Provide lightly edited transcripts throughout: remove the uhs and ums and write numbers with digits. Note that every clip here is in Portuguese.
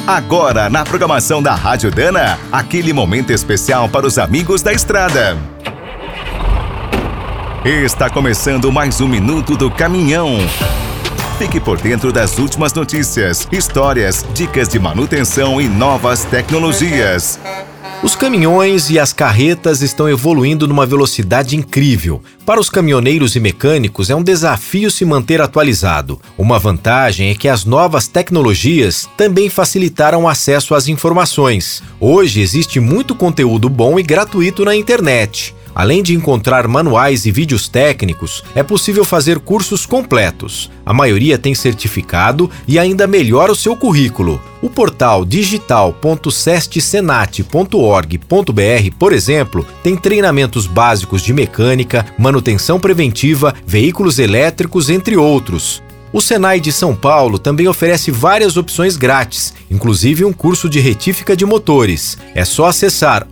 Agora, na programação da Rádio Dana, aquele momento especial para os amigos da estrada. Está começando mais um Minuto do Caminhão. Fique por dentro das últimas notícias, histórias, dicas de manutenção e novas tecnologias. Os caminhões e as carretas estão evoluindo numa velocidade incrível. Para os caminhoneiros e mecânicos, é um desafio se manter atualizado. Uma vantagem é que as novas tecnologias também facilitaram o acesso às informações. Hoje existe muito conteúdo bom e gratuito na internet. Além de encontrar manuais e vídeos técnicos, é possível fazer cursos completos. A maioria tem certificado e ainda melhora o seu currículo. O portal digital.sestsenat.org.br, por exemplo, tem treinamentos básicos de mecânica, manutenção preventiva, veículos elétricos, entre outros. O Senai de São Paulo também oferece várias opções grátis, inclusive um curso de retífica de motores. É só acessar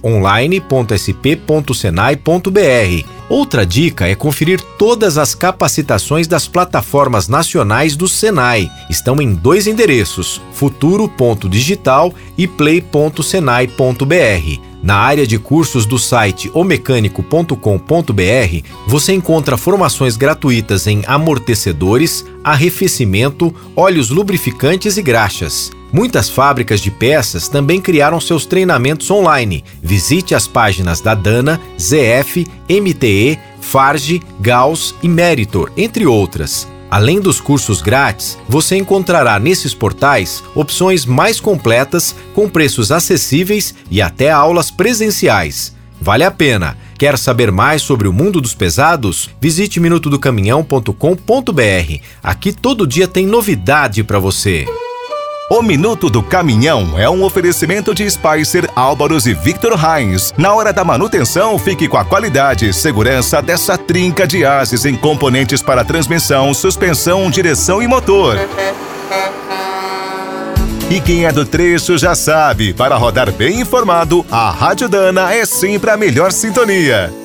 online.sp.senai.br. Outra dica é conferir todas as capacitações das plataformas nacionais do Senai. Estão em 2 endereços, futuro.digital e play.senai.br. Na área de cursos do site omecânico.com.br, você encontra formações gratuitas em amortecedores, arrefecimento, óleos lubrificantes e graxas. Muitas fábricas de peças também criaram seus treinamentos online. Visite as páginas da Dana, ZF, MTE, Farge, Gauss e Meritor, entre outras. Além dos cursos grátis, você encontrará nesses portais opções mais completas, com preços acessíveis e até aulas presenciais. Vale a pena! Quer saber mais sobre o mundo dos pesados? Visite minutodocaminhão.com.br. Aqui todo dia tem novidade para você. O Minuto do Caminhão é um oferecimento de Spicer, Álvaros e Victor Heinz. Na hora da manutenção, fique com a qualidade e segurança dessa trinca de ases em componentes para transmissão, suspensão, direção e motor. E quem é do trecho já sabe, para rodar bem informado, a Rádio Dana é sempre a melhor sintonia.